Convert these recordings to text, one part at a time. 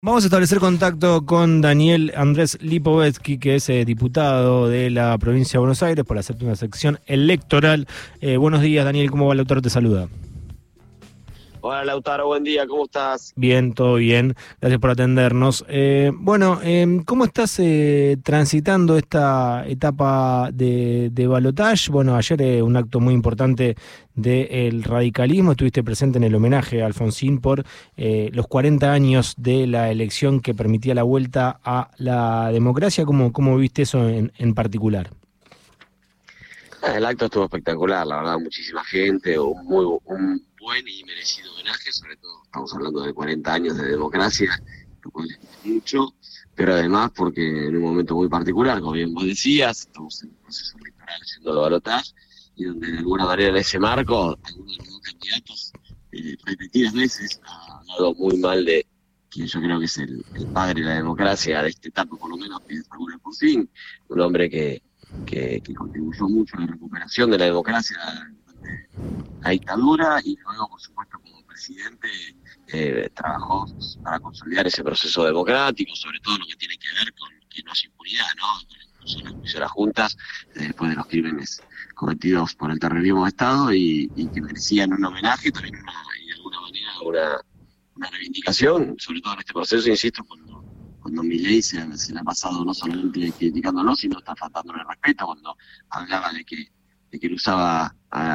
Vamos a establecer contacto con Daniel Andrés Lipovetsky, que es diputado de la provincia de Buenos Aires por la séptima sección electoral. Buenos días, Daniel, ¿cómo va? Lautaro te saluda. Hola Lautaro, buen día, ¿cómo estás? Bien, todo bien. Gracias por atendernos. ¿Cómo estás transitando esta etapa de balotaje? Bueno, ayer un acto muy importante del radicalismo. Estuviste presente en el homenaje a Alfonsín por los 40 años de la elección que permitía la vuelta a la democracia. ¿Cómo viste eso en particular? El acto estuvo espectacular, la verdad, muchísima gente, un buen y merecido homenaje, sobre todo estamos hablando de 40 años de democracia, lo cual es mucho, pero además porque en un momento muy particular, como bien vos decías, estamos en un proceso electoral haciendo el balotaje, y donde de alguna manera en ese marco, algunos de los dos candidatos repetidas veces ha hablado muy mal de quien yo creo que es el padre de la democracia de esta etapa, por lo menos, que es Raúl Alfonsín, un hombre que contribuyó mucho a la recuperación de la democracia durante la dictadura y luego, por supuesto, como presidente trabajó para consolidar ese proceso democrático, sobre todo lo que tiene que ver con que no es impunidad, ¿no? Con incluso las comisiones juntas después de los crímenes cometidos por el terrorismo de Estado y que merecían un homenaje, también y de alguna manera una reivindicación, sobre todo en este proceso, insisto, cuando Milei se la ha pasado no solamente criticándolo, sino está faltándole el respeto cuando hablaba de que él usaba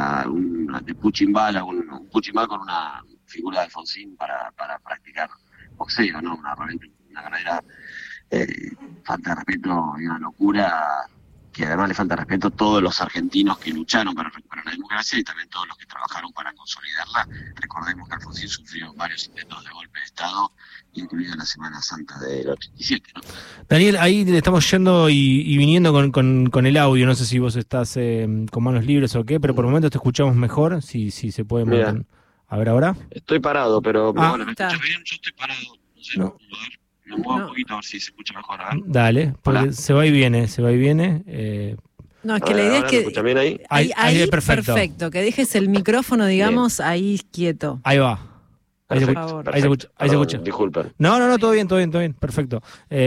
de punching ball, un punching ball con una figura de Alfonsín para practicar boxeo, ¿no? Realmente una verdadera eh, falta de respeto y una locura que además le falta respeto a todos los argentinos que lucharon para recuperar la democracia y también todos los que trabajaron para consolidarla. Recordemos que Alfonsín sufrió varios intentos de golpe de Estado, incluida la Semana Santa del 87, ¿no? Daniel, ahí le estamos yendo y viniendo con el audio. No sé si vos estás con manos libres o qué, pero por el momento te escuchamos mejor, si se puede Mira, mantener. A ver ahora. estoy parado, pero Ah, bueno, ¿me Está. escuchas bien? Yo estoy parado, no sé, no, a ver, me muevo un No, poquito a ver si se escucha mejor, a ver. dale, Hola, porque se va y viene, se va y viene. no, es a que ver, la idea es ahora me que escuchan bien ahí. Ahí es perfecto. perfecto, que dejes el micrófono, Bien, digamos, ahí quieto, Ahí va. Ahí se por perfecto, escucha. favor. Ahí se escucha. perfecto, Ahí se escucha. perdón, disculpen. No, todo bien, perfecto.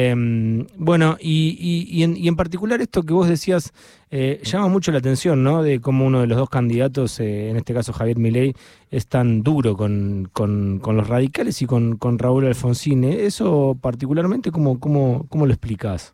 Bueno, y en particular esto que vos decías llama mucho la atención, ¿no? De cómo uno de los dos candidatos, en este caso Javier Milei, es tan duro con los radicales y con Raúl Alfonsín. Eso particularmente, ¿cómo lo explicás?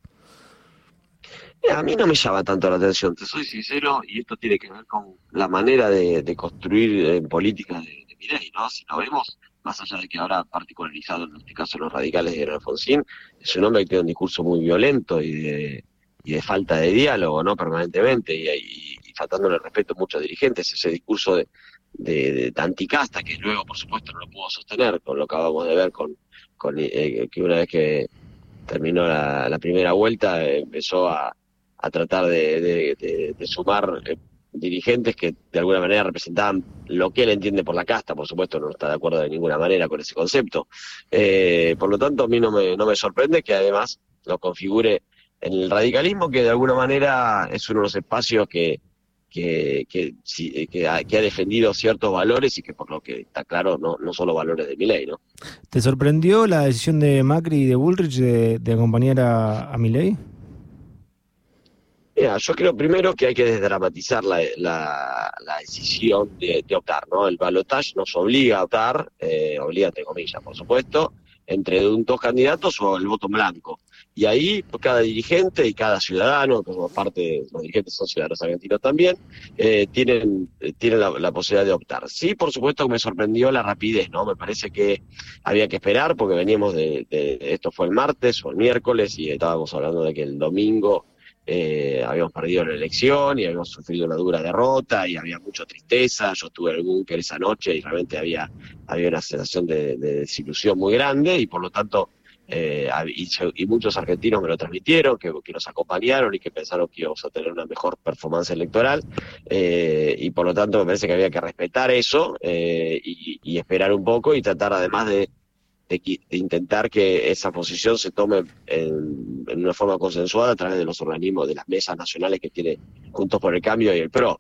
A mí no me llama tanto la atención, te soy sincero, y esto tiene que ver con la manera de construir política de Milei, ¿no? Si lo vemos, más allá de que ahora particularizado en este caso los radicales de Alfonsín, es un hombre que tiene un discurso muy violento y de falta de diálogo, ¿no? Permanentemente, y faltándole el respeto a muchos dirigentes, ese discurso de anticasta, que luego, por supuesto, no lo pudo sostener, con lo que acabamos de ver que una vez que terminó la primera vuelta, empezó a tratar de sumar dirigentes que de alguna manera representaban lo que él entiende por la casta. Por supuesto no está de acuerdo de ninguna manera con ese concepto. Por lo tanto, a mí no me sorprende que además lo configure en el radicalismo, que de alguna manera es uno de los espacios que ha defendido ciertos valores y que por lo que está claro no solo valores de Milei, ¿no? ¿Te sorprendió la decisión de Macri y de Bullrich de acompañar a Milei? Mira, yo creo primero que hay que desdramatizar la decisión de optar, ¿no? El balotaje nos obliga a optar, obliga entre comillas, por supuesto, entre dos candidatos o el voto en blanco. Y ahí cada dirigente y cada ciudadano, como parte, los dirigentes son ciudadanos argentinos también, tienen la posibilidad de optar. Sí, por supuesto que me sorprendió la rapidez, ¿no? Me parece que había que esperar porque veníamos esto fue el martes o el miércoles y estábamos hablando de que el domingo habíamos perdido la elección y habíamos sufrido una dura derrota y había mucha tristeza. Yo estuve en el búnker esa noche y realmente había una sensación de desilusión muy grande y por lo tanto, y muchos argentinos me lo transmitieron, que nos acompañaron y que pensaron que íbamos a tener una mejor performance electoral, y por lo tanto me parece que había que respetar eso, y esperar un poco y tratar además de intentar que esa posición se tome en una forma consensuada a través de los organismos, de las mesas nacionales que tiene Juntos por el Cambio y el PRO.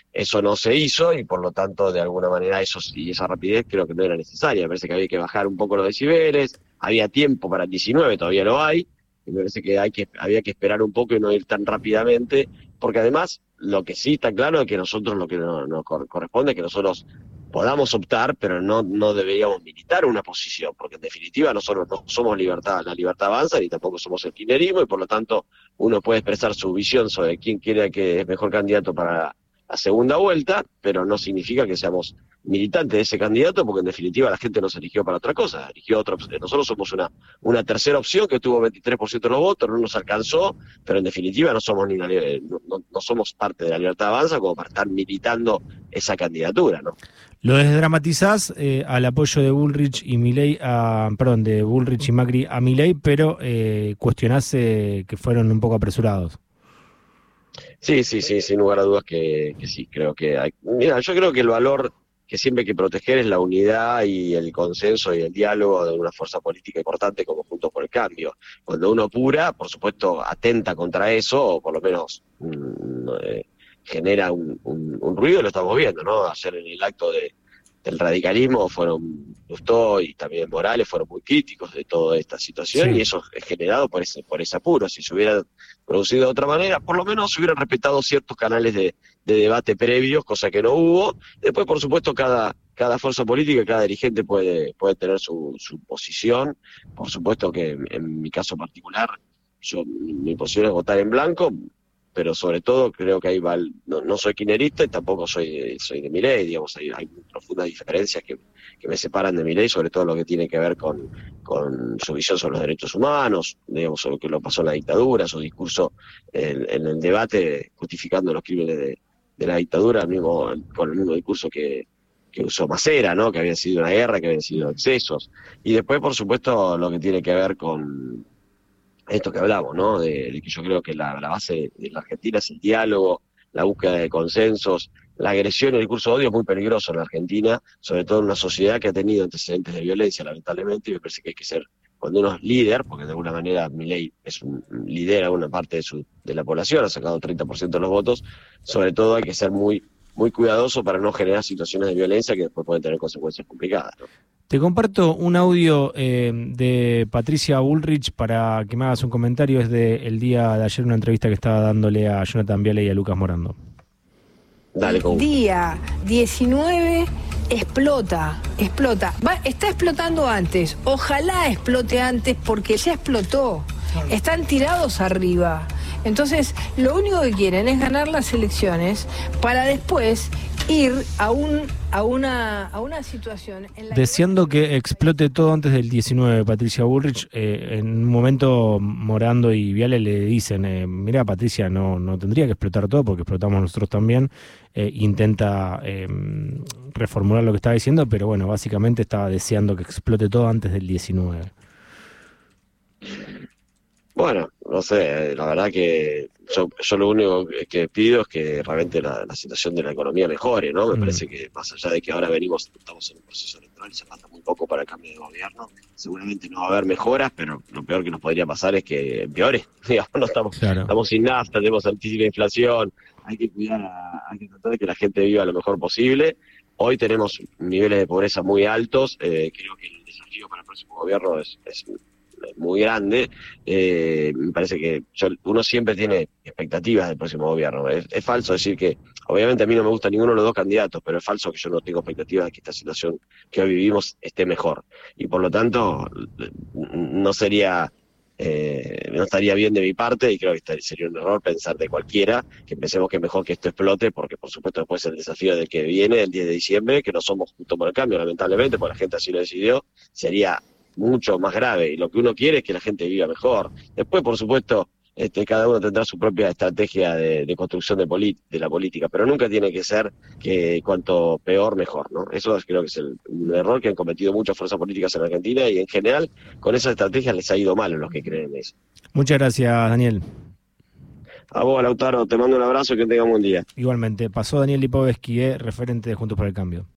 Eso no se hizo y por lo tanto de alguna manera esa rapidez creo que no era necesaria. Me parece que había que bajar un poco los decibeles, había tiempo para el 19, todavía lo hay, y me parece que había que esperar un poco y no ir tan rápidamente, porque además lo que sí está claro es que nosotros lo que nos corresponde es que nosotros podamos optar, pero no deberíamos militar una posición, porque en definitiva nosotros no somos la libertad avanza, ni tampoco somos el kirchnerismo, y por lo tanto uno puede expresar su visión sobre quién quiere que es mejor candidato para la segunda vuelta, pero no significa que seamos militantes de ese candidato, porque en definitiva la gente nos eligió para otra cosa, eligió otra opción. Nosotros somos una tercera opción que tuvo 23% de los votos, no nos alcanzó, pero en definitiva no somos no somos parte de la Libertad Avanza como para estar militando esa candidatura, ¿no? Lo desdramatizás al apoyo de Bullrich y Milei, de Bullrich y Macri a Milei, pero cuestionás que fueron un poco apresurados. Sí, sin lugar a dudas que sí, creo que hay. Mira, yo creo que el valor que siempre hay que proteger es la unidad y el consenso y el diálogo de una fuerza política importante como Juntos por el Cambio. Cuando uno apura, por supuesto, atenta contra eso, o por lo menos genera un ruido, lo estamos viendo, ¿no? Ayer en el acto del radicalismo Lustó y también Morales fueron muy críticos de toda esta situación, sí. Y eso es generado por ese apuro. Si se hubiera producido de otra manera, por lo menos se hubieran respetado ciertos canales de debate previos, cosa que no hubo. Después, por supuesto, cada fuerza política, cada dirigente puede tener su posición. Por supuesto que en mi caso particular, mi posición es votar en blanco, pero sobre todo creo que ahí no soy kirchnerista y tampoco soy de Milei, digamos, hay profundas diferencias que me separan de Milei, sobre todo lo que tiene que ver con su visión sobre los derechos humanos, digamos, sobre lo que lo pasó en la dictadura, su discurso en el debate justificando los crímenes de la dictadura, con el mismo discurso que usó Macera, ¿no? Que había sido una guerra, que habían sido excesos. Y después, por supuesto, lo que tiene que ver con esto que hablamos, ¿no? De que yo creo que la base de la Argentina es el diálogo, la búsqueda de consensos. La agresión y el discurso de odio es muy peligroso en la Argentina, sobre todo en una sociedad que ha tenido antecedentes de violencia, lamentablemente, y me parece que hay que ser, cuando uno es líder, porque de alguna manera Milei lidera una parte de la población, ha sacado 30% de los votos, sobre todo hay que ser muy, muy cuidadoso para no generar situaciones de violencia que después pueden tener consecuencias complicadas, ¿no? Te comparto un audio de Patricia Bullrich para que me hagas un comentario. Es del día de ayer, una entrevista que estaba dándole a Jonathan Viale y a Lucas Morando. Dale, día 19 explota. Está explotando antes. Ojalá explote antes porque ya explotó. Están tirados arriba. Entonces, lo único que quieren es ganar las elecciones para después ir a una situación en la deseando que explote todo antes del 19, Patricia Bullrich. En un momento Morando y Viale le dicen, mira Patricia, no tendría que explotar todo porque explotamos nosotros también. Intenta reformular lo que estaba diciendo, pero bueno, básicamente estaba deseando que explote todo antes del 19. Bueno, no sé, la verdad que yo lo único que pido es que realmente la situación de la economía mejore, ¿no? Me parece que más allá de que ahora estamos en un proceso electoral y se falta muy poco para el cambio de gobierno, seguramente no va a haber mejoras, pero lo peor que nos podría pasar es que empeore. Digamos, estamos sin nafta, tenemos altísima inflación, hay que tratar de que la gente viva lo mejor posible. Hoy tenemos niveles de pobreza muy altos, creo que el desafío para el próximo gobierno es muy grande. Me parece que uno siempre tiene expectativas del próximo gobierno. Es falso decir que, obviamente a mí no me gusta ninguno de los dos candidatos, pero es falso que yo no tengo expectativas de que esta situación que hoy vivimos esté mejor. Y por lo tanto, no estaría bien de mi parte, y creo que sería un error pensar de cualquiera que pensemos que es mejor que esto explote, porque por supuesto después el desafío del que viene, el 10 de diciembre, que no somos Juntos por el Cambio, lamentablemente, porque la gente así lo decidió, sería mucho más grave, y lo que uno quiere es que la gente viva mejor. Después, por supuesto, cada uno tendrá su propia estrategia de construcción de la política, pero nunca tiene que ser que cuanto peor, mejor, ¿no? Eso creo que es un error que han cometido muchas fuerzas políticas en Argentina, y en general con esas estrategias les ha ido mal a los que creen en eso. Muchas gracias, Daniel. A vos, Lautaro, te mando un abrazo y que tengamos un buen día. Igualmente, pasó Daniel Lipovetsky, referente de Juntos por el Cambio.